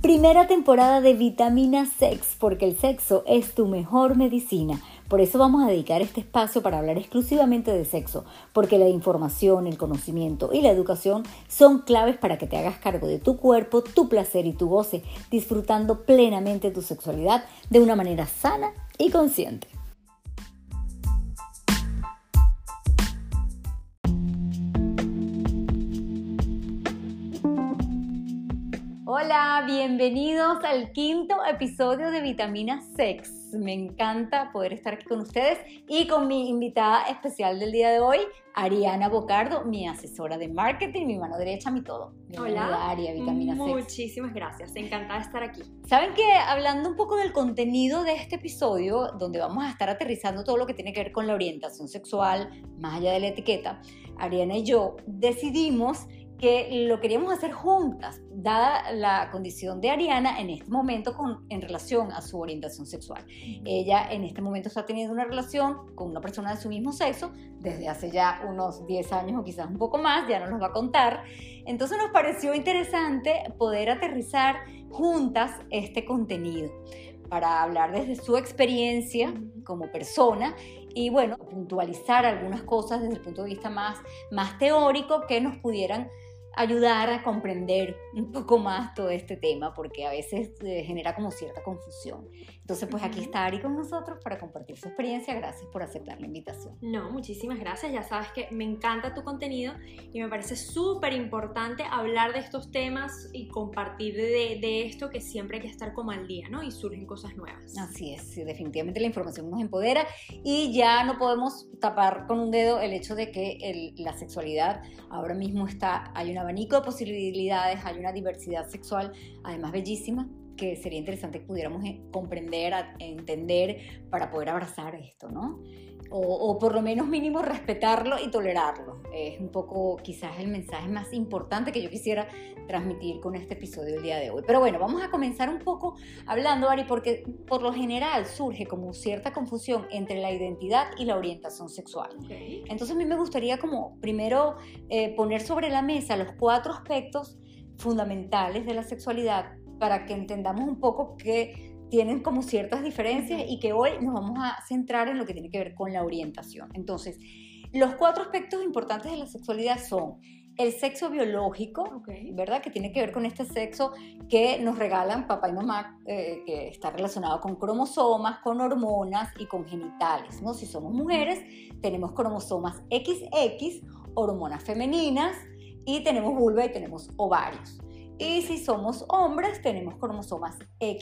Primera temporada de Vitamina Sex, porque el sexo es tu mejor medicina. Por eso vamos a dedicar este espacio para hablar exclusivamente de sexo, porque la información, el conocimiento y la educación son claves para que te hagas cargo de tu cuerpo, tu placer y tu goce, disfrutando plenamente tu sexualidad de una manera sana y consciente. Hola, bienvenidos al quinto episodio de Vitamina Sex. Me encanta poder estar aquí con ustedes y con mi invitada especial del día de hoy, Ariana Bocardo, mi asesora de marketing, mi mano derecha, mi todo. Bienvenida, hola, Aria, Vitamina Sex. Muchísimas gracias, encantada de estar aquí. Saben que hablando un poco del contenido de este episodio, donde vamos a estar aterrizando todo lo que tiene que ver con la orientación sexual, más allá de la etiqueta, Ariana y yo decidimos que lo queríamos hacer juntas, dada la condición de Ariana en este momento en relación a su orientación sexual. Ella en este momento está teniendo una relación con una persona de su mismo sexo desde hace ya unos 10 años o quizás un poco más, ya nos los va a contar. Entonces nos pareció interesante poder aterrizar juntas este contenido para hablar desde su experiencia como persona y bueno, puntualizar algunas cosas desde el punto de vista más teórico que nos pudieran ayudar a comprender un poco más todo este tema, porque a veces genera como cierta confusión. Entonces, pues aquí está Ari con nosotros para compartir su experiencia. Gracias por aceptar la invitación. No, muchísimas gracias. Ya sabes que me encanta tu contenido y me parece súper importante hablar de estos temas y compartir de esto, que siempre hay que estar como al día, ¿no? Y surgen cosas nuevas. Así es, definitivamente la información nos empodera y ya no podemos tapar con un dedo el hecho de que la sexualidad ahora mismo hay un abanico de posibilidades, hay una diversidad sexual, además bellísima, que sería interesante que pudiéramos comprender, entender para poder abrazar esto, ¿no? O por lo menos mínimo respetarlo y tolerarlo. Es un poco quizás el mensaje más importante que yo quisiera transmitir con este episodio del día de hoy. Pero bueno, vamos a comenzar un poco hablando, Ari, porque por lo general surge como cierta confusión entre la identidad y la orientación sexual. Okay. Entonces a mí me gustaría como primero poner sobre la mesa los 4 aspectos fundamentales de la sexualidad para que entendamos un poco que tienen como ciertas diferencias y que hoy nos vamos a centrar en lo que tiene que ver con la orientación. Entonces, los 4 aspectos importantes de la sexualidad son el sexo biológico, ¿verdad? Que tiene que ver con este sexo que nos regalan papá y mamá, que está relacionado con cromosomas, con hormonas y con genitales, ¿no? Si somos mujeres, tenemos cromosomas XX, hormonas femeninas, y tenemos vulva y tenemos ovarios. Y si somos hombres, tenemos cromosomas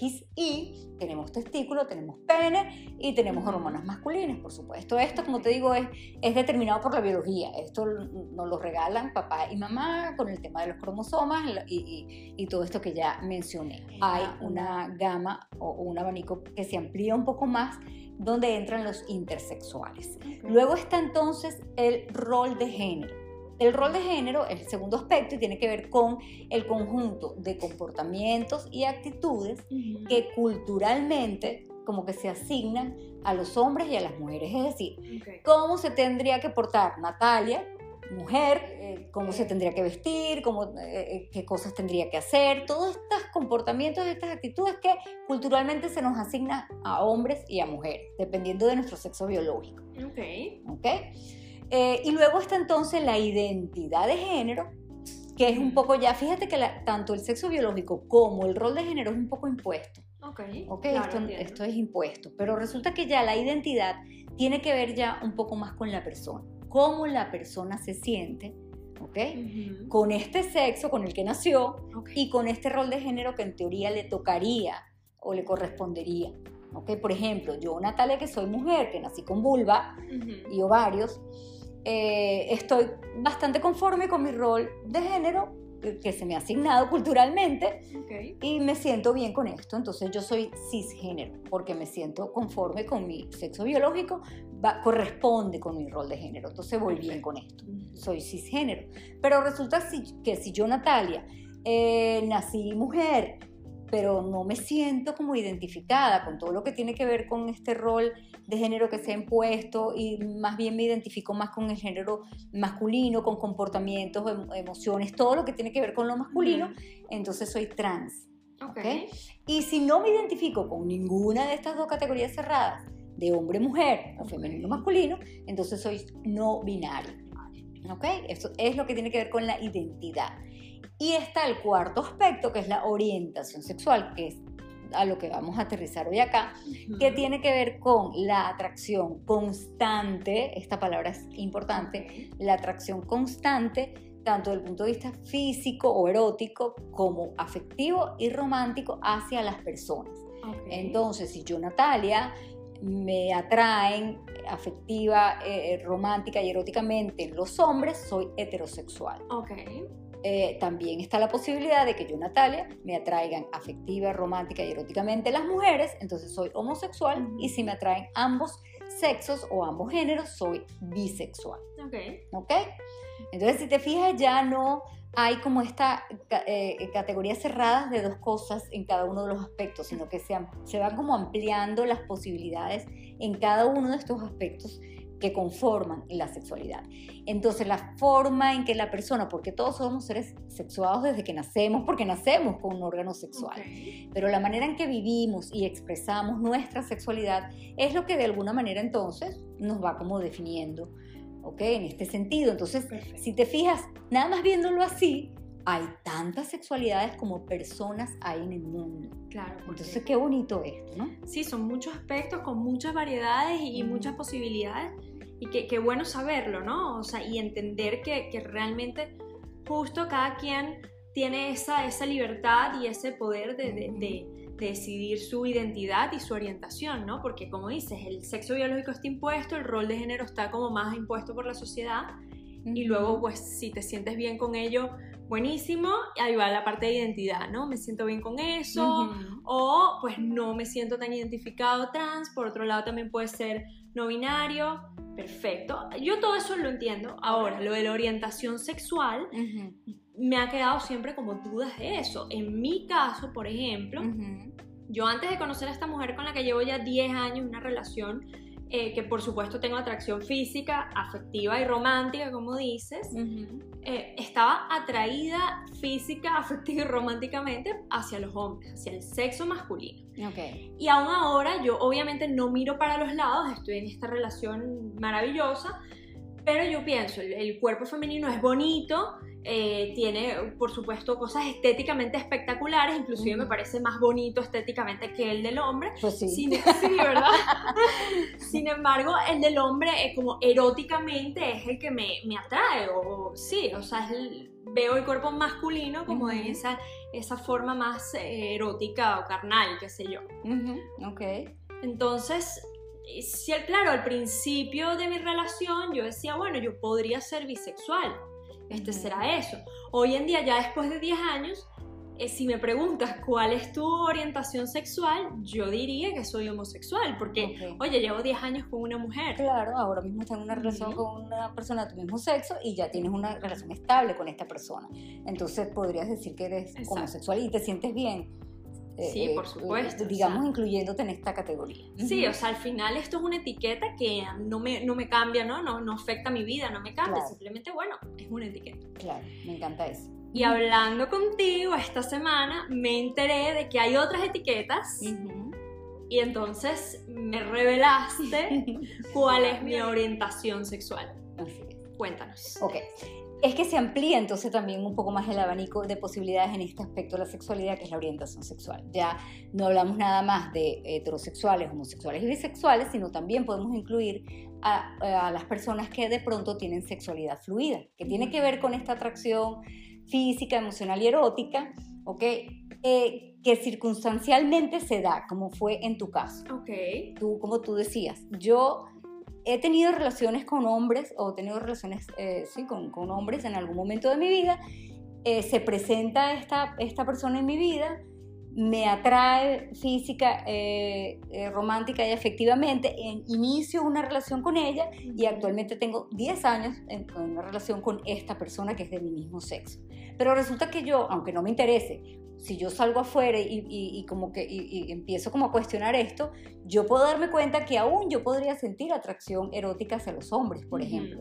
XY, tenemos testículo, tenemos pene y tenemos hormonas masculinas, por supuesto. Esto, como te digo, es determinado por la biología. Esto nos lo regalan papá y mamá con el tema de los cromosomas y todo esto que ya mencioné. Hay una gama o un abanico que se amplía un poco más, donde entran los intersexuales. Luego está entonces el rol de género. El rol de género es el segundo aspecto y tiene que ver con el conjunto de comportamientos y actitudes que culturalmente como que se asignan a los hombres y a las mujeres. Es decir, cómo se tendría que portar Natalia, mujer, cómo se tendría que vestir, qué cosas tendría que hacer, todos estos comportamientos, estas actitudes que culturalmente se nos asignan a hombres y a mujeres, dependiendo de nuestro sexo biológico. Y luego está entonces la identidad de género, que es un poco ya, fíjate que tanto el sexo biológico como el rol de género es un poco impuesto. Claro, esto es impuesto, pero resulta que ya la identidad tiene que ver ya un poco más con la persona, cómo la persona se siente, con este sexo con el que nació y con este rol de género que en teoría le tocaría o le correspondería. Por ejemplo, yo, Natalia, que soy mujer, que nací con vulva y ovarios, estoy bastante conforme con mi rol de género que se me ha asignado culturalmente y me siento bien con esto. Entonces yo soy cisgénero porque me siento conforme con mi sexo biológico, corresponde con mi rol de género, entonces voy bien con esto, soy cisgénero. Pero resulta que si yo, Natalia, nací mujer, pero no me siento como identificada con todo lo que tiene que ver con este rol de género que se ha impuesto y más bien me identifico más con el género masculino, con comportamientos, emociones, todo lo que tiene que ver con lo masculino, entonces soy trans. Ok. ¿ok? Y si no me identifico con ninguna de estas dos categorías cerradas, de hombre-mujer o femenino-masculino, entonces soy no binario, ¿ok? Eso es lo que tiene que ver con la identidad. Y está el cuarto aspecto, que es la orientación sexual, que es a lo que vamos a aterrizar hoy acá, que tiene que ver con la atracción constante, esta palabra es importante, la atracción constante, tanto desde el punto de vista físico o erótico, como afectivo y romántico hacia las personas. Entonces, si yo, Natalia, me atraen afectiva, romántica y eróticamente los hombres, soy heterosexual. También está la posibilidad de que yo, Natalia, me atraigan afectiva, romántica y eróticamente las mujeres, entonces soy homosexual, y si me atraen ambos sexos o ambos géneros, soy bisexual. ¿Ok? Entonces, si te fijas, ya no hay como esta categorías cerradas de dos cosas en cada uno de los aspectos, sino que se van como ampliando las posibilidades en cada uno de estos aspectos que conforman la sexualidad. Entonces, la forma en que la persona, porque todos somos seres sexuados desde que nacemos, porque nacemos con un órgano sexual, pero la manera en que vivimos y expresamos nuestra sexualidad es lo que de alguna manera entonces nos va como definiendo, ¿ok? En este sentido. Entonces, si te fijas, nada más viéndolo así, hay tantas sexualidades como personas hay en el mundo. Claro. Entonces, qué bonito esto, ¿no? Sí, son muchos aspectos con muchas variedades y muchas posibilidades, y qué bueno saberlo, ¿no? O sea, y entender que realmente justo cada quien tiene esa libertad y ese poder de decidir su identidad y su orientación, ¿no? Porque, como dices, el sexo biológico está impuesto, el rol de género está como más impuesto por la sociedad, y luego, pues, si te sientes bien con ello, buenísimo, ahí va la parte de identidad, ¿no? Me siento bien con eso, o pues no me siento tan identificado trans, por otro lado también puede ser no binario, perfecto. Yo todo eso lo entiendo. Ahora, lo de la orientación sexual, me ha quedado siempre como dudas de eso. En mi caso, por ejemplo, yo antes de conocer a esta mujer con la que llevo ya 10 años, una relación, que por supuesto tengo atracción física, afectiva y romántica, como dices, estaba atraída física, afectiva y románticamente hacia los hombres, hacia el sexo masculino. Y aún ahora yo obviamente no miro para los lados, estoy en esta relación maravillosa, pero yo pienso, el cuerpo femenino es bonito, tiene por supuesto cosas estéticamente espectaculares, inclusive me parece más bonito estéticamente que el del hombre. Pues sí. Sí, ¿verdad? Sin embargo, el del hombre como eróticamente es el que me atrae, o sea, veo el cuerpo masculino como en esa forma más erótica o carnal, qué sé yo. Entonces, sí, claro, al principio de mi relación yo decía, bueno, yo podría ser bisexual, será eso. Hoy en día, ya después de 10 años, si me preguntas cuál es tu orientación sexual, yo diría que soy homosexual, porque, oye, llevo 10 años con una mujer. Claro, ahora mismo estás en una relación con una persona de tu mismo sexo y ya tienes una relación estable con esta persona. Entonces podrías decir que eres homosexual y te sientes bien. Sí, por supuesto. Digamos, incluyéndote en esta categoría. Sí, o sea, al final esto es una etiqueta que no me cambia, ¿no? No afecta mi vida, no me cambia. Claro. Simplemente, bueno, es una etiqueta. Claro, me encanta eso. Y hablando contigo esta semana, me enteré de que hay otras etiquetas. Y entonces me revelaste cuál es mi orientación sexual. Así es. Cuéntanos. Ok. Es que se amplía entonces también un poco más el abanico de posibilidades en este aspecto de la sexualidad, que es la orientación sexual. Ya no hablamos nada más de heterosexuales, homosexuales y bisexuales, sino también podemos incluir a las personas que de pronto tienen sexualidad fluida, que tiene que ver con esta atracción física, emocional y erótica, ¿ok? Que circunstancialmente se da, como fue en tu caso. Como tú decías, yo he tenido relaciones con hombres, o he tenido relaciones con hombres en algún momento de mi vida. Se presenta esta persona en mi vida, me atrae física, romántica y afectivamente, inicio una relación con ella y actualmente tengo 10 años en una relación con esta persona que es de mi mismo sexo. Pero resulta que yo, aunque no me interese, si yo salgo afuera y empiezo como a cuestionar esto, yo puedo darme cuenta que aún yo podría sentir atracción erótica hacia los hombres, por ejemplo.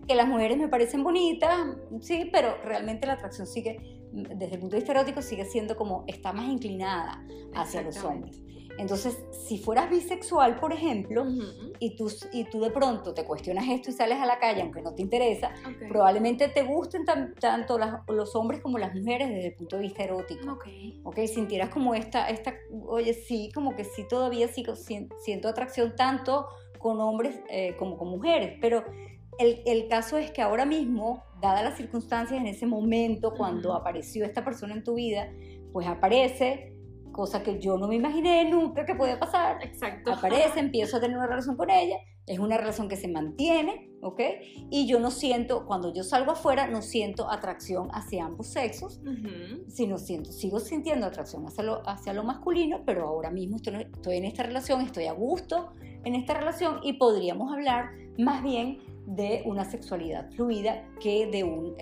que las mujeres me parecen bonitas, sí, pero realmente la atracción sigue, desde el punto de vista erótico, sigue siendo como, está más inclinada hacia los hombres. Entonces, si fueras bisexual, por ejemplo, y tú de pronto te cuestionas esto y sales a la calle, aunque no te interesa, probablemente te gusten tanto los hombres como las mujeres desde el punto de vista erótico. Sintieras como oye, sí, como que sí, todavía siento atracción tanto con hombres como con mujeres, pero el caso es que ahora mismo, dadas las circunstancias en ese momento, cuando apareció esta persona en tu vida, pues aparece, cosa que yo no me imaginé nunca que podía pasar. Exacto. Aparece, empiezo a tener una relación con ella, es una relación que se mantiene, ¿ok? Y yo no siento, cuando yo salgo afuera, no siento atracción hacia ambos sexos, sino sigo sintiendo atracción hacia lo masculino, pero ahora mismo estoy en esta relación, estoy a gusto en esta relación y podríamos hablar más bien de una sexualidad fluida que de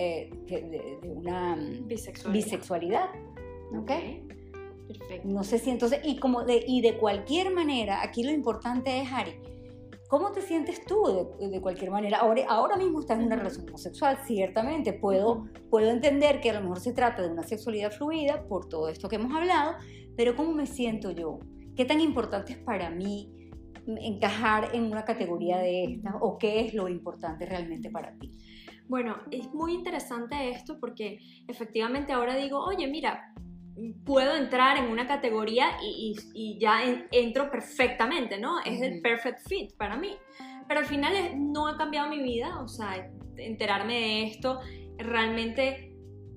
una bisexualidad. ¿Ok? Perfecto. No sé si entonces, y de cualquier manera, aquí lo importante es, Ari, ¿cómo te sientes tú de cualquier manera? Ahora mismo estás en una relación homosexual, ciertamente, puedo entender que a lo mejor se trata de una sexualidad fluida por todo esto que hemos hablado, pero ¿cómo me siento yo? ¿Qué tan importante es para mí encajar en una categoría de estas? ¿O qué es lo importante realmente para ti? Bueno, es muy interesante esto porque efectivamente ahora digo, oye, mira, puedo entrar en una categoría y ya entro perfectamente, ¿no? Es el perfect fit para mí. Pero al final no ha cambiado mi vida, o sea, enterarme de esto, realmente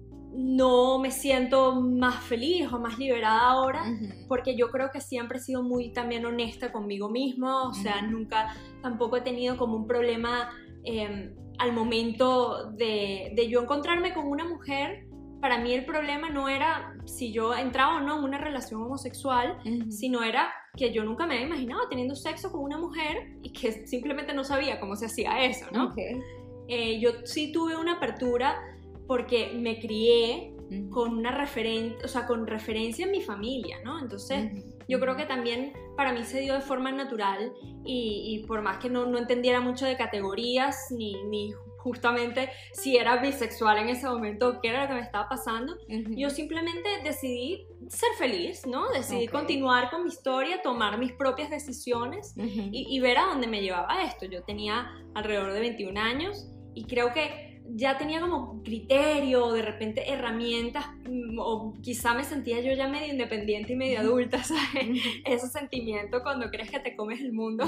no me siento más feliz o más liberada ahora, porque yo creo que siempre he sido muy también honesta conmigo misma, o sea, nunca tampoco he tenido como un problema al momento de yo encontrarme con una mujer. Para mí el problema no era si yo entraba o no en una relación homosexual, sino era que yo nunca me había imaginado teniendo sexo con una mujer y que simplemente no sabía cómo se hacía eso, ¿no? Yo sí tuve una apertura porque me crié con una con referencia en mi familia, ¿no? Entonces yo creo que también para mí se dio de forma natural y por más que no entendiera mucho de categorías ni justamente si era bisexual en ese momento, qué era lo que me estaba pasando, yo simplemente decidí ser feliz, ¿no? Decidí continuar con mi historia, tomar mis propias decisiones y ver a dónde me llevaba esto. Yo tenía alrededor de 21 años y creo que ya tenía como criterio, de repente herramientas, o quizá me sentía yo ya medio independiente y medio adulta, ¿sabes? Ese sentimiento cuando crees que te comes el mundo.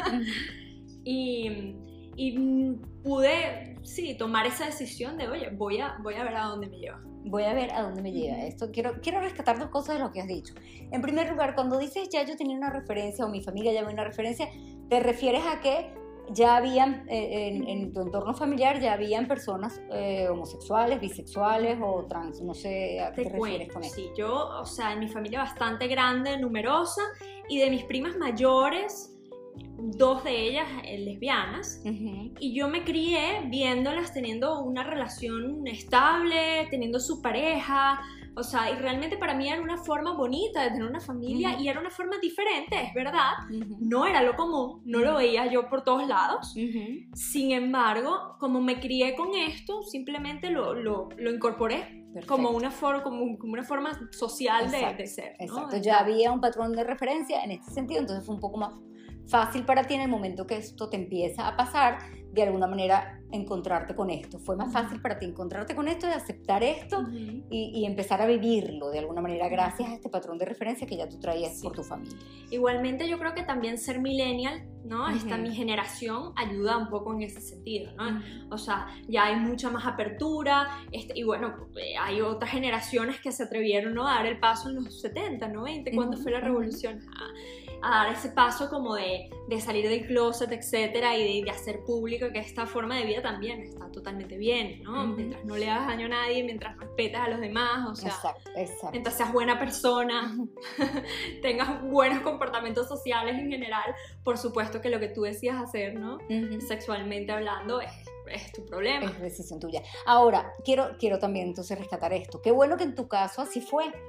Y pude, sí, tomar esa decisión de, oye, voy a ver a dónde me lleva. Voy a ver a dónde me lleva esto. Quiero rescatar dos cosas de lo que has dicho. En primer lugar, cuando dices ya yo tenía una referencia o mi familia ya había una referencia, ¿te refieres a que ya habían, en tu entorno familiar, ya habían personas homosexuales, bisexuales o trans? No sé a qué te refieres con eso. Sí, yo, o sea, en mi familia bastante grande, numerosa, y de mis primas mayores, dos de ellas lesbianas, y yo me crié viéndolas teniendo una relación estable, teniendo su pareja, o sea, y realmente para mí era una forma bonita de tener una familia y era una forma diferente, es verdad, no era lo común, no lo veía yo por todos lados, sin embargo, como me crié con esto, simplemente lo incorporé. Perfecto. Como una forma social de ser, ¿no? Exacto, ya había un patrón de referencia en este sentido, entonces fue un poco más fácil para ti en el momento que esto te empieza a pasar, de alguna manera encontrarte con esto. Fue más fácil para ti encontrarte con esto y aceptar esto y empezar a vivirlo de alguna manera gracias a este patrón de referencia que ya tú traías por tu familia. Igualmente yo creo que también ser millennial, ¿no? Mi generación ayuda un poco en ese sentido, ¿no? O sea, ya hay mucha más apertura y bueno, hay otras generaciones que se atrevieron, ¿no? A dar el paso en los 70, 90, cuando fue la revolución, a dar ese paso como de salir del closet, etcétera, y de hacer público que esta forma de vida también está totalmente bien, ¿no? Mientras no le hagas daño a nadie, mientras respetas a los demás, o sea, exacto. Mientras seas buena persona, tengas buenos comportamientos sociales en general, por supuesto que lo que tú decías hacer, ¿no? Sexualmente hablando es tu problema. Es decisión tuya. Ahora, quiero también entonces rescatar esto. Qué bueno que en tu caso así fue.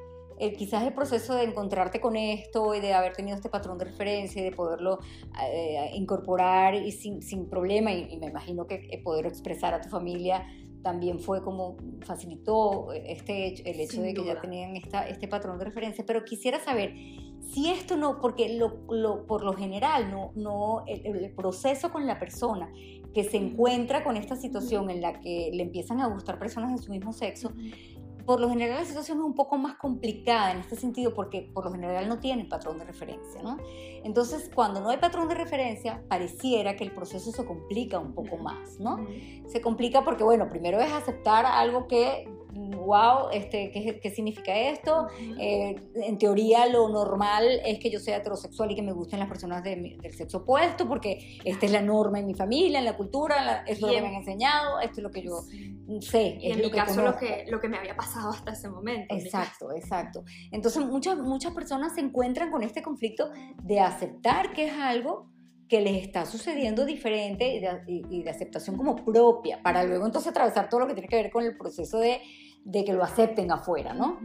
quizás el proceso de encontrarte con esto y de haber tenido este patrón de referencia y de poderlo incorporar y sin problema, y me imagino que poder expresar a tu familia también fue como facilitó el hecho de que ya tenían este patrón de referencia. Pero quisiera saber si esto no, porque por lo general el proceso con la persona que se encuentra con esta situación en la que le empiezan a gustar personas de su mismo sexo, por lo general la situación es un poco más complicada en este sentido, porque por lo general no tienen patrón de referencia, ¿no? Entonces, cuando no hay patrón de referencia, pareciera que el proceso se complica un poco más, ¿no? Se complica porque, bueno, primero es aceptar algo que, wow, ¿qué significa esto? En teoría, lo normal es que yo sea heterosexual y que me gusten las personas del sexo opuesto, porque esta es la norma en mi familia, en la cultura, esto es lo que me han enseñado, esto es lo que yo sé. Y en mi caso, lo que me había pasado hasta ese momento. Exacto. Entonces, muchas personas se encuentran con este conflicto de aceptar que es algo que les está sucediendo diferente y de aceptación como propia, para luego entonces atravesar todo lo que tiene que ver con el proceso de que lo acepten afuera, ¿no?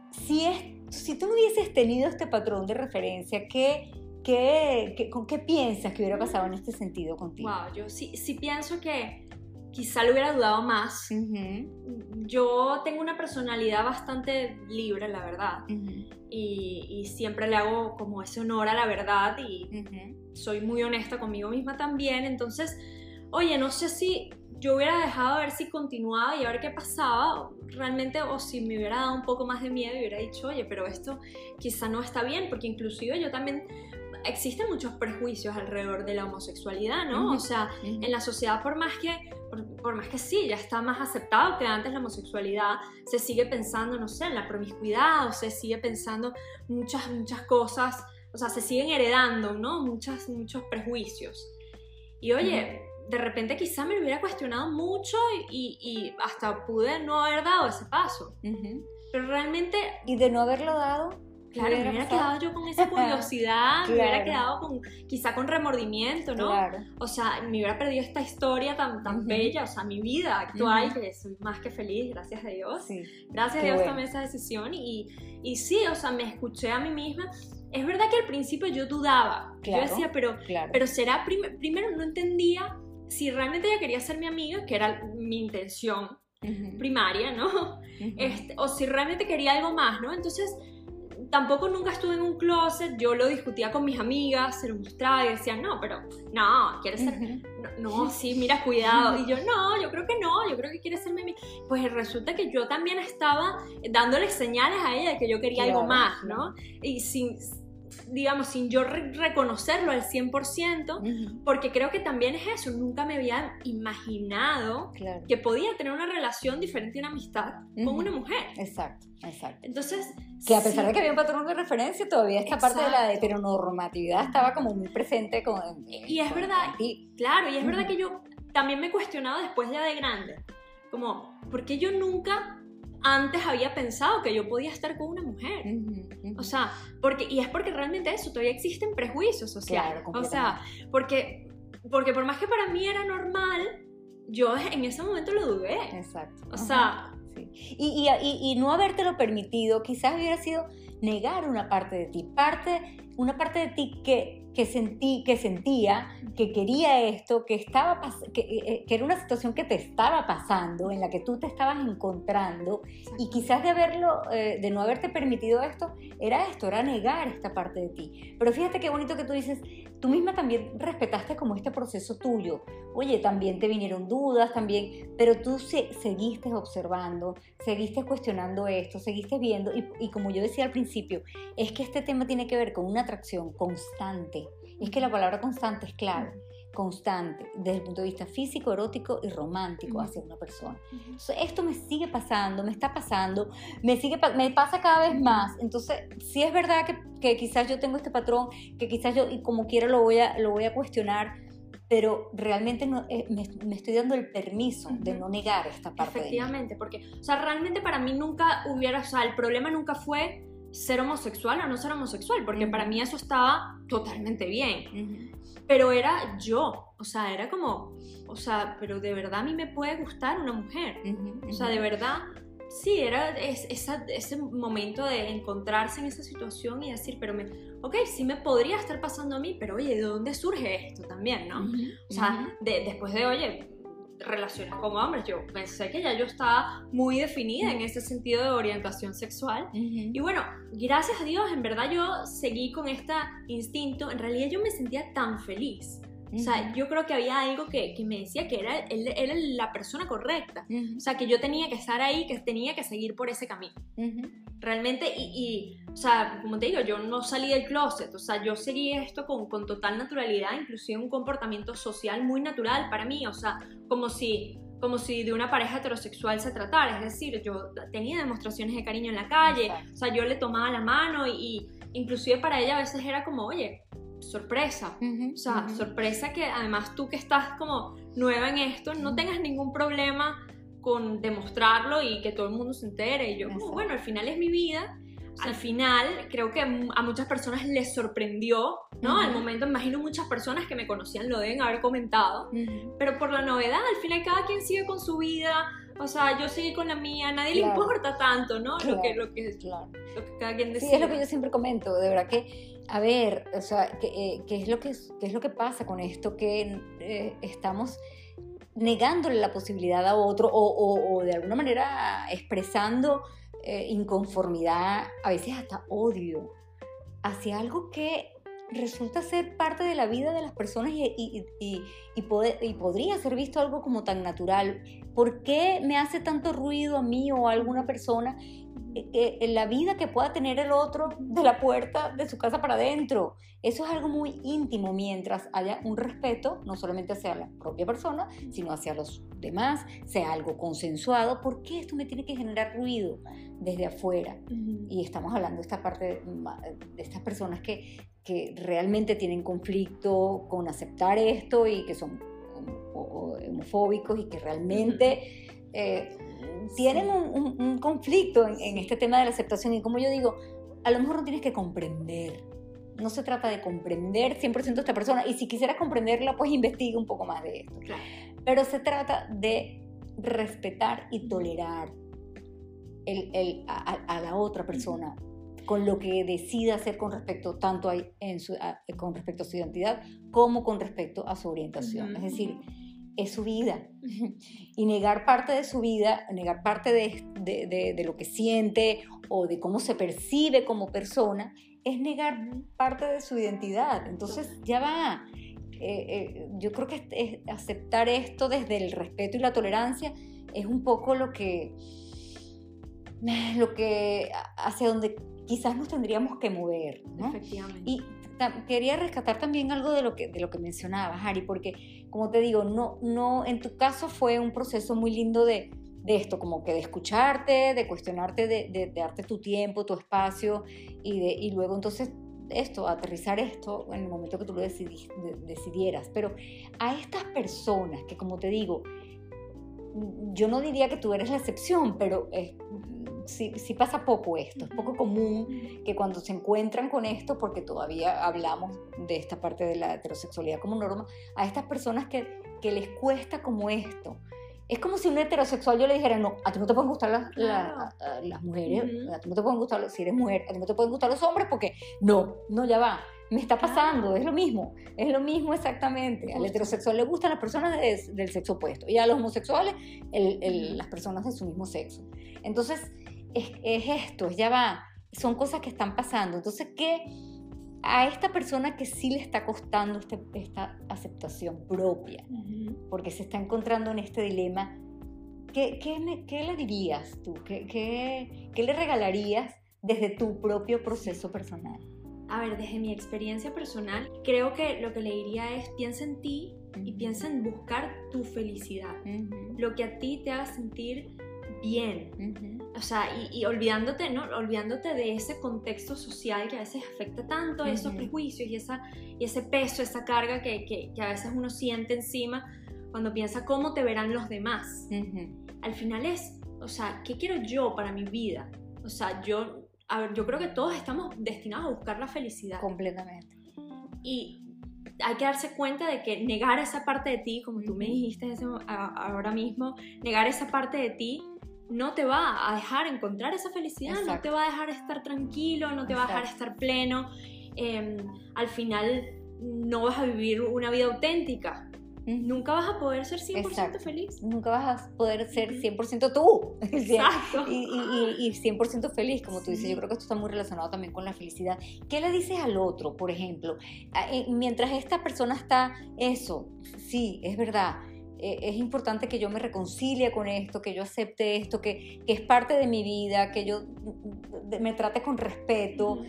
Si tú no hubieses tenido este patrón de referencia, ¿con qué piensas que hubiera pasado en este sentido contigo? Wow, yo sí pienso que quizá lo hubiera dudado más. Yo tengo una personalidad bastante libre, la verdad, y siempre le hago como ese honor a la verdad y soy muy honesta conmigo misma también. Entonces, oye, no sé si yo hubiera dejado a ver si continuaba y a ver qué pasaba realmente, o si me hubiera dado un poco más de miedo y hubiera dicho, oye, pero esto quizá no está bien, porque inclusive yo también... Existen muchos prejuicios alrededor de la homosexualidad, ¿no? O sea, en la sociedad, por más que sí, ya está más aceptado que antes la homosexualidad, se sigue pensando, no sé, en la promiscuidad, o se sigue pensando muchas cosas, o sea, se siguen heredando, ¿no? Muchos prejuicios. Y oye, de repente quizá me lo hubiera cuestionado mucho y hasta pude no haber dado ese paso. Pero realmente... ¿Y de no haberlo dado? Claro, me hubiera quedado yo con esa curiosidad, me hubiera quedado quizá con remordimiento, ¿no? Claro. O sea, me hubiera perdido esta historia tan bella, o sea, mi vida actual, que soy más que feliz, gracias a Dios. Sí. Gracias a Dios tomé esa decisión y sí, o sea, me escuché a mí misma. Es verdad que al principio yo dudaba, yo decía, pero será, primero no entendía si realmente ella quería ser mi amiga, que era mi intención primaria, ¿no? O si realmente quería algo más, ¿no? Entonces... Tampoco nunca estuve en un closet, yo lo discutía con mis amigas, se lo mostraba y decían, no, ¿quieres ser? No, sí, mira, cuidado. Y yo, no, yo creo que no, yo creo que quiere ser mi amiga. Pues resulta que yo también estaba dándole señales a ella de que yo quería algo más, ¿no? Y sin yo reconocerlo al 100%, porque creo que también es eso, nunca me había imaginado que podía tener una relación diferente y una amistad con una mujer. Exacto. Entonces, que a pesar de que había un patrón de referencia, todavía esta parte de la heteronormatividad estaba como muy presente y es verdad, claro, y es verdad que yo también me he cuestionado después ya de grande, como, ¿por qué yo nunca antes había pensado que yo podía estar con una mujer? O sea, porque realmente eso, todavía existen prejuicios sociales. Claro, o sea, porque por más que para mí era normal, yo en ese momento lo dudé. Exacto. O sea... Sí. Y no habértelo permitido quizás hubiera sido negar una parte de ti, una parte de ti que sentía, que quería esto, que era una situación que te estaba pasando, en la que tú te estabas encontrando, y quizás de no haberte permitido esto, era negar esta parte de ti. Pero fíjate qué bonito que tú dices, tú misma también respetaste como este proceso tuyo. Oye, también te vinieron dudas, pero tú seguiste observando, seguiste cuestionando esto, seguiste viendo, y como yo decía al principio, es que este tema tiene que ver con una atracción constante. Es que la palabra constante es clave. Constante, desde el punto de vista físico, erótico y romántico hacia una persona. Entonces, esto me sigue pasando, me está pasando, me pasa cada vez más. Entonces, sí es verdad que quizás yo tengo este patrón, que quizás yo, y como quiera, lo voy a cuestionar, pero realmente me estoy dando el permiso de no negar esta parte. Efectivamente, porque, o sea, realmente para mí nunca hubiera, o sea, el problema nunca fue ser homosexual o no ser homosexual, porque para mí eso estaba totalmente bien. Pero era yo, o sea, era como, o sea, pero de verdad a mí me puede gustar una mujer. O sea, de verdad, Sí, era ese momento de encontrarse en esa situación y decir, ok, sí me podría estar pasando a mí, pero oye, ¿de dónde surge esto también, no? O sea, después de, oye, relaciones con hombres, yo pensé que ya yo estaba muy definida en ese sentido de orientación sexual. Y bueno, gracias a Dios, en verdad yo seguí con este instinto. En realidad yo me sentía tan feliz. O sea, yo creo que había algo que me decía que él era la persona correcta. O sea, que yo tenía que estar ahí, que tenía que seguir por ese camino. Realmente, o sea, como te digo, yo no salí del closet. O sea, yo seguí esto con total naturalidad, inclusive un comportamiento social muy natural para mí. O sea, como si de una pareja heterosexual se tratara. Es decir, yo tenía demostraciones de cariño en la calle. Exacto. O sea, yo le tomaba la mano y inclusive para ella a veces era como, oye, sorpresa, o sea, sorpresa que además tú que estás como nueva en esto no tengas ningún problema con demostrarlo y que todo el mundo se entere. Y yo como, bueno, al final es mi vida. Al final creo que a muchas personas les sorprendió, ¿no? Al momento, imagino muchas personas que me conocían lo deben haber comentado, pero por la novedad, al final cada quien sigue con su vida. O sea, yo seguí con la mía, a nadie le importa tanto, ¿no? Lo que cada quien decide. Sí, es lo que yo siempre comento, de verdad que, a ver, o sea, ¿qué es lo que pasa con esto? Que estamos negándole la posibilidad a otro o de alguna manera expresando inconformidad, a veces hasta odio, hacia algo que resulta ser parte de la vida de las personas y podría ser visto algo como tan natural. ¿Por qué me hace tanto ruido a mí o a alguna persona en la vida que pueda tener el otro de la puerta de su casa para adentro? Eso es algo muy íntimo, mientras haya un respeto, no solamente hacia la propia persona, sino hacia los demás, sea algo consensuado. ¿Por qué esto me tiene que generar ruido desde afuera? Y estamos hablando de esta parte de estas personas que realmente tienen conflicto con aceptar esto y que son homofóbicos y que realmente tienen un conflicto en este tema de la aceptación. Y como yo digo, a lo mejor no tienes que comprender. No se trata de comprender 100% a esta persona. Y si quisieras comprenderla, pues investiga un poco más de esto. Claro. Pero se trata de respetar y tolerar a la otra persona con lo que decida hacer con respecto tanto con respecto a su identidad como con respecto a su orientación. Es decir, es su vida. Y negar parte de su vida, negar parte de lo que siente o de cómo se percibe como persona, es negar parte de su identidad. Entonces ya va. Yo creo que es aceptar esto desde el respeto y la tolerancia es un poco lo que hacia donde quizás nos tendríamos que mover, ¿no? Efectivamente. Y quería rescatar también algo de lo que mencionabas, Ari, porque como te digo, no en tu caso fue un proceso muy lindo de esto, como que de escucharte, de cuestionarte, de darte tu tiempo, tu espacio y luego entonces aterrizar esto en el momento que tú lo decidieras. Pero a estas personas que, como te digo, yo no diría que tú eres la excepción, pero sí pasa poco esto, es poco común que cuando se encuentran con esto, porque todavía hablamos de esta parte de la heterosexualidad como norma, a estas personas que les cuesta como esto. Es como si un heterosexual yo le dijera, no, a ti no te pueden gustar las mujeres, a ti no te pueden gustar, si eres mujer, a ti no te pueden gustar los hombres porque no, ya va. Me está pasando, es lo mismo exactamente. Al heterosexual le gustan las personas del sexo opuesto y a los homosexuales las personas de su mismo sexo. Entonces es esto, ya va, son cosas que están pasando. Entonces, ¿qué a esta persona que sí le está costando esta aceptación propia, porque se está encontrando en este dilema, ¿qué le dirías tú? ¿Qué le regalarías desde tu propio proceso personal? A ver, desde mi experiencia personal, creo que lo que le diría es piensa en ti y piensa en buscar tu felicidad, lo que a ti te haga sentir bien. O sea, y olvidándote, ¿no? Olvidándote de ese contexto social que a veces afecta tanto, esos prejuicios y ese peso, esa carga que a veces uno siente encima cuando piensa cómo te verán los demás. Al final es, o sea, ¿qué quiero yo para mi vida? O sea, yo creo que todos estamos destinados a buscar la felicidad. Completamente. Y hay que darse cuenta de que negar esa parte de ti, como tú me dijiste ahora mismo, negar esa parte de ti no te va a dejar encontrar esa felicidad, Exacto. no te va a dejar estar tranquilo, no te va a dejar estar pleno. Al final no vas a vivir una vida auténtica. Nunca vas a poder ser 100% Exacto. feliz. Nunca vas a poder ser 100% tú. Exacto. Y 100% feliz, como tú dices. Yo creo que esto está muy relacionado también con la felicidad. ¿Qué le dices al otro, por ejemplo? Mientras esta persona está eso, sí, es verdad. Es importante que yo me reconcilie con esto, que yo acepte esto, que es parte de mi vida, que yo me trate con respeto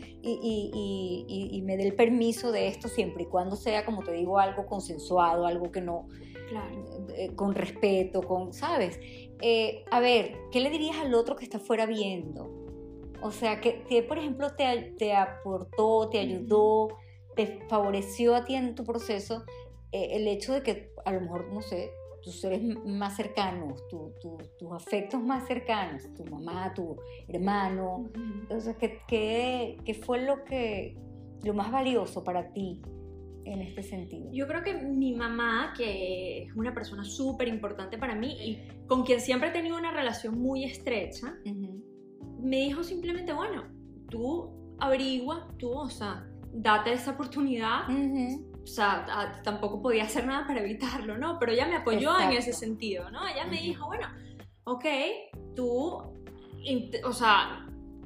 y me dé el permiso de esto siempre y cuando sea, como te digo, algo consensuado, algo que no, Claro. con respeto, ¿sabes? A ver, ¿qué le dirías al otro que está fuera viendo? O sea, que por ejemplo te aportó, te ayudó, te favoreció a ti en tu proceso el hecho de que a lo mejor, no sé, tus seres más cercanos, tus afectos más cercanos, tu mamá, tu hermano, o sea, ¿qué fue lo más valioso para ti en este sentido? Yo creo que mi mamá, que es una persona súper importante para mí y con quien siempre he tenido una relación muy estrecha, me dijo simplemente, bueno, tú averigua, tú, o sea, date esa oportunidad. O sea, tampoco podía hacer nada para evitarlo, ¿no? Pero ella me apoyó en ese sentido, ¿no? Ella me dijo, bueno, ok, tú, o sea,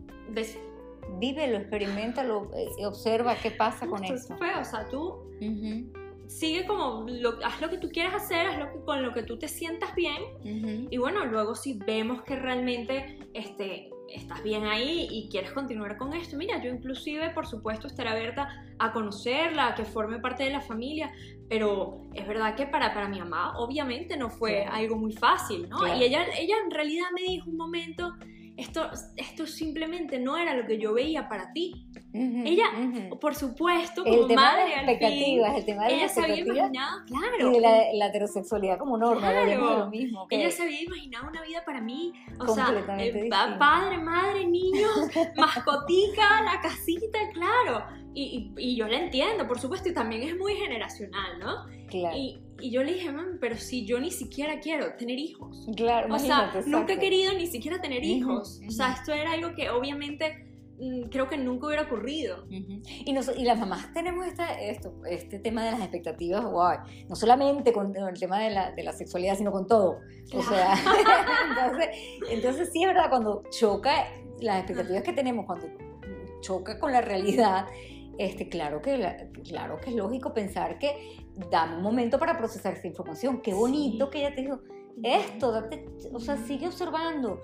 vívelo, experiméntalo, observa qué pasa con esto eso. fue, o sea, tú sigue como, haz lo que tú quieras hacer, con lo que tú te sientas bien, y bueno, luego si vemos que realmente estás bien ahí y quieres continuar con esto, mira, yo inclusive, por supuesto, estaré abierta a conocerla, a que forme parte de la familia, pero es verdad que para mi mamá, obviamente, no fue algo muy fácil, ¿no? Claro. Y ella en realidad me dijo un momento, esto simplemente no era lo que yo veía para ti. Ella, por supuesto, como madre, al fin, ella se había imaginado, claro. Y de la heterosexualidad como norma, claro. Lo mismo. Ella se había imaginado una vida para mí, o sea, padre, madre, niños, mascotica, la casita, claro. Y yo la entiendo, por supuesto, y también es muy generacional, ¿no? Claro. Y yo le dije, mami, pero si yo ni siquiera quiero tener hijos. Claro, o sea, nunca he querido ni siquiera tener hijos. O sea, esto era algo que obviamente creo que nunca hubiera ocurrido. Y las mamás tenemos este tema de las expectativas, wow, no solamente con el tema de la sexualidad, sino con todo. Claro. O sea, entonces sí es verdad, cuando choca las expectativas que tenemos, cuando choca con la realidad, claro que es lógico pensar que dame un momento para procesar esta información. Qué bonito que ella te dijo esto, o sea, sigue observando,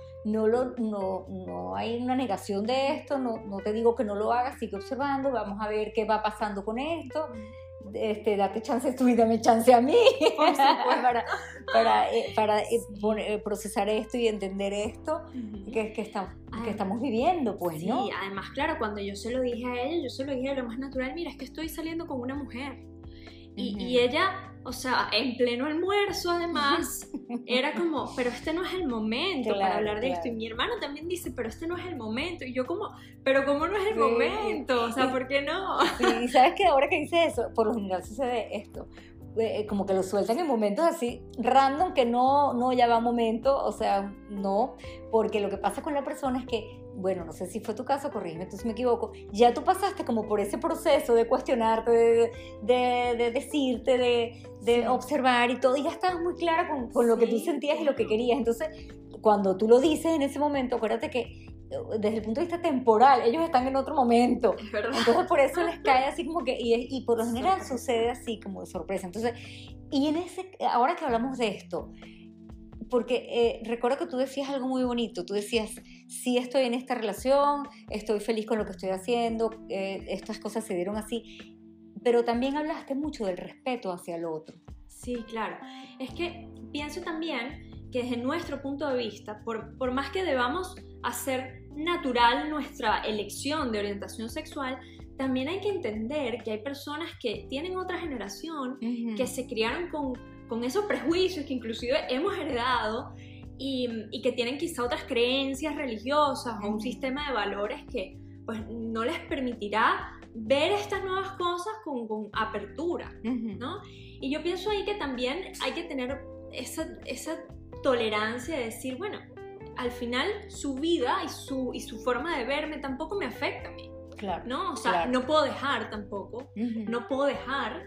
no hay una negación de esto, no te digo que no lo hagas, sigue observando, vamos a ver qué va pasando con esto, date chance tú y dame chance a mí para procesar esto y entender esto que estamos viviendo, pues, ¿no? Sí, además, claro, cuando yo se lo dije a ella, yo se lo dije de lo más natural, mira, es que estoy saliendo con una mujer. Y ella, o sea, en pleno almuerzo además, era como, pero este no es el momento para hablar de esto. Y mi hermano también dice, pero este no es el momento. Y yo como, pero ¿cómo no es el momento? O sea, ¿por qué no? Sí, y sabes que ahora que dice eso, por lo general sucede esto. Como que lo sueltan en momentos así random, que no ya va momento, o sea, no, porque lo que pasa con la persona es que, bueno, no sé si fue tu caso, corrígeme tú si me equivoco, ya tú pasaste como por ese proceso de cuestionarte, de decirte, de observar y todo, y ya estabas muy clara con lo que tú sentías y lo que querías. Entonces, cuando tú lo dices en ese momento, acuérdate que desde el punto de vista temporal, ellos están en otro momento. Es verdad. Entonces, por eso les cae así como que, y por lo general sucede así como de sorpresa. Entonces, ahora que hablamos de esto, porque recuerdo que tú decías algo muy bonito, tú decías, sí estoy en esta relación, estoy feliz con lo que estoy haciendo, estas cosas se dieron así, pero también hablaste mucho del respeto hacia el otro. Sí, claro. Es que pienso también que desde nuestro punto de vista, por más que debamos hacer natural nuestra elección de orientación sexual, también hay que entender que hay personas que tienen otra generación, que se criaron con esos prejuicios que inclusive hemos heredado y que tienen quizá otras creencias religiosas o un sistema de valores que pues no les permitirá ver estas nuevas cosas con apertura, ¿no? Y yo pienso ahí que también hay que tener esa tolerancia de decir, bueno, al final su vida y su forma de verme tampoco me afecta a mí. Claro. ¿No? O sea, claro. no puedo dejar tampoco, Uh-huh. no puedo dejar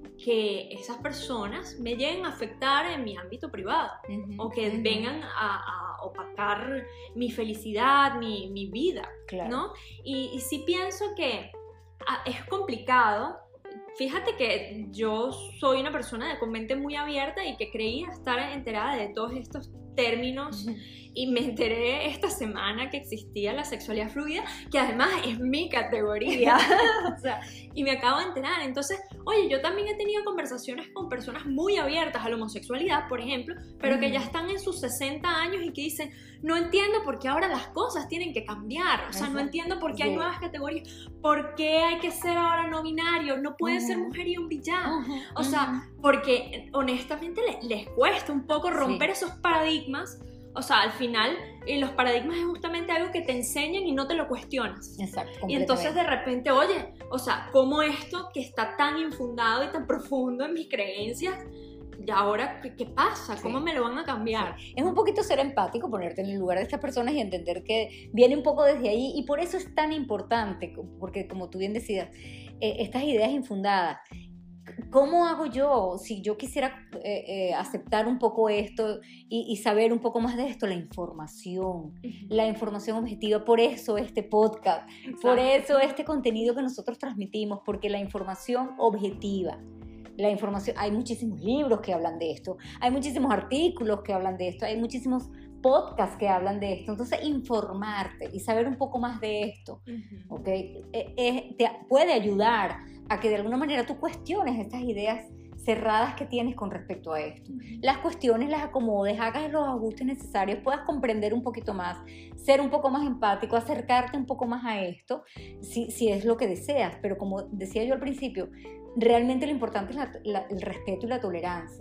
que esas personas me lleguen a afectar en mi ámbito privado, Uh-huh. o que Uh-huh. vengan a opacar mi felicidad, mi vida, Claro. ¿no? Y sí pienso que es complicado. Fíjate que yo soy una persona con mente muy abierta y que creía estar enterada de todos estos términos, Uh-huh. y me enteré esta semana que existía la sexualidad fluida, que además es mi categoría. O sea, y me acabo de enterar. Entonces, oye, yo también he tenido conversaciones con personas muy abiertas a la homosexualidad, por ejemplo, pero que ya están en sus 60 años y que dicen, no entiendo por qué ahora las cosas tienen que cambiar, o sea, no entiendo por qué hay nuevas categorías, por qué hay que ser ahora no binario, no puede ser mujer y hombre ya. O sea, porque honestamente les cuesta un poco romper esos paradigmas. O sea, al final, los paradigmas es justamente algo que te enseñan y no te lo cuestionas. Exacto. Y entonces de repente, oye, o sea, ¿cómo esto que está tan infundado y tan profundo en mis creencias, y ahora qué pasa? ¿Cómo me lo van a cambiar? Sí. Es un poquito ser empático, ponerte en el lugar de estas personas y entender que viene un poco desde ahí, y por eso es tan importante, porque como tú bien decías, estas ideas infundadas, ¿cómo hago yo si yo quisiera aceptar un poco esto y saber un poco más de esto? La información objetiva. Por eso este podcast, por eso este contenido que nosotros transmitimos, porque la información objetiva, la información, hay muchísimos libros que hablan de esto, hay muchísimos artículos que hablan de esto, hay muchísimos podcasts que hablan de esto. Entonces, informarte y saber un poco más de esto, ¿okay? Te puede ayudar a que de alguna manera tú cuestiones estas ideas cerradas que tienes con respecto a esto. Las cuestiones, las acomodes, hagas los ajustes necesarios, puedas comprender un poquito más, ser un poco más empático, acercarte un poco más a esto, si es lo que deseas. Pero como decía yo al principio, realmente lo importante es el respeto y la tolerancia.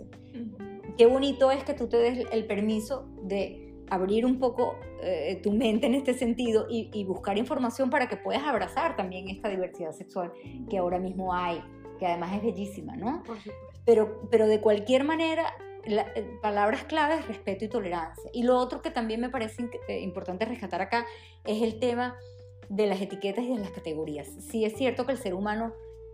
Qué bonito es que tú te des el permiso de abrir un poco tu mente en este sentido y buscar información para que puedas abrazar también esta diversidad sexual que ahora mismo hay, que además es bellísima, ¿no? Por supuesto. Pero de cualquier manera, palabras claves, respeto y tolerancia. Y lo otro que también me parece importante rescatar acá es el tema de las etiquetas y de las categorías. Sí es cierto que el ser humano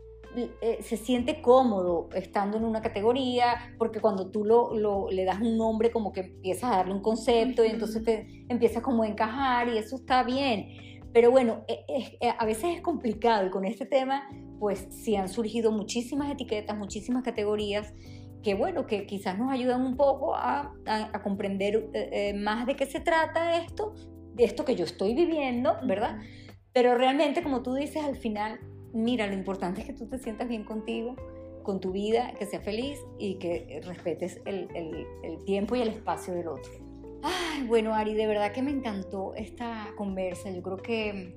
se siente cómodo estando en una categoría, porque cuando tú le das un nombre, como que empiezas a darle un concepto y entonces te empiezas como a encajar, y eso está bien. Pero bueno, a veces es complicado, y con este tema pues sí han surgido muchísimas etiquetas, muchísimas categorías que bueno, que quizás nos ayudan un poco a comprender más de qué se trata esto, de esto que yo estoy viviendo, ¿verdad? Pero realmente, como tú dices, al final, mira, lo importante es que tú te sientas bien contigo, con tu vida, que seas feliz y que respetes el tiempo y el espacio del otro. Ay, bueno, Ari, de verdad que me encantó esta conversa. Yo creo que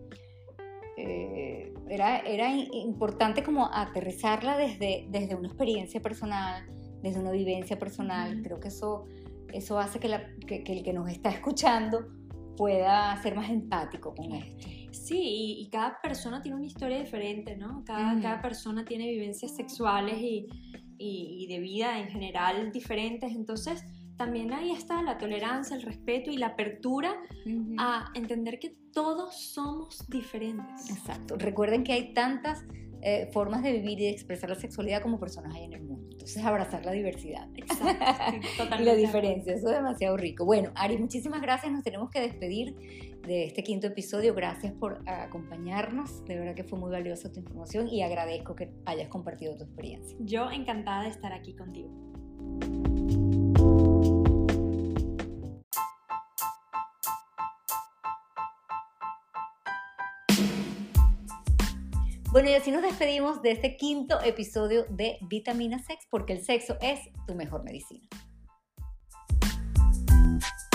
era importante como aterrizarla desde una experiencia personal, desde una vivencia personal. Creo que eso hace que el que nos está escuchando pueda ser más empático con esto. Sí, y cada persona tiene una historia diferente, ¿no? Cada persona tiene vivencias sexuales y de vida en general diferentes. Entonces, también ahí está la tolerancia, el respeto y la apertura a entender que todos somos diferentes. Exacto. Recuerden que hay tantas formas de vivir y de expresar la sexualidad como personas hay en el mundo. Entonces, abrazar la diversidad. Exacto, sí, totalmente. Y la diferencia, eso es demasiado rico. Bueno, Ari, muchísimas gracias. Nos tenemos que despedir de este 5º episodio. Gracias por acompañarnos. De verdad que fue muy valiosa tu información y agradezco que hayas compartido tu experiencia. Yo encantada de estar aquí contigo. Bueno, y así nos despedimos de este 5º episodio de Vitamina Sex, porque el sexo es tu mejor medicina.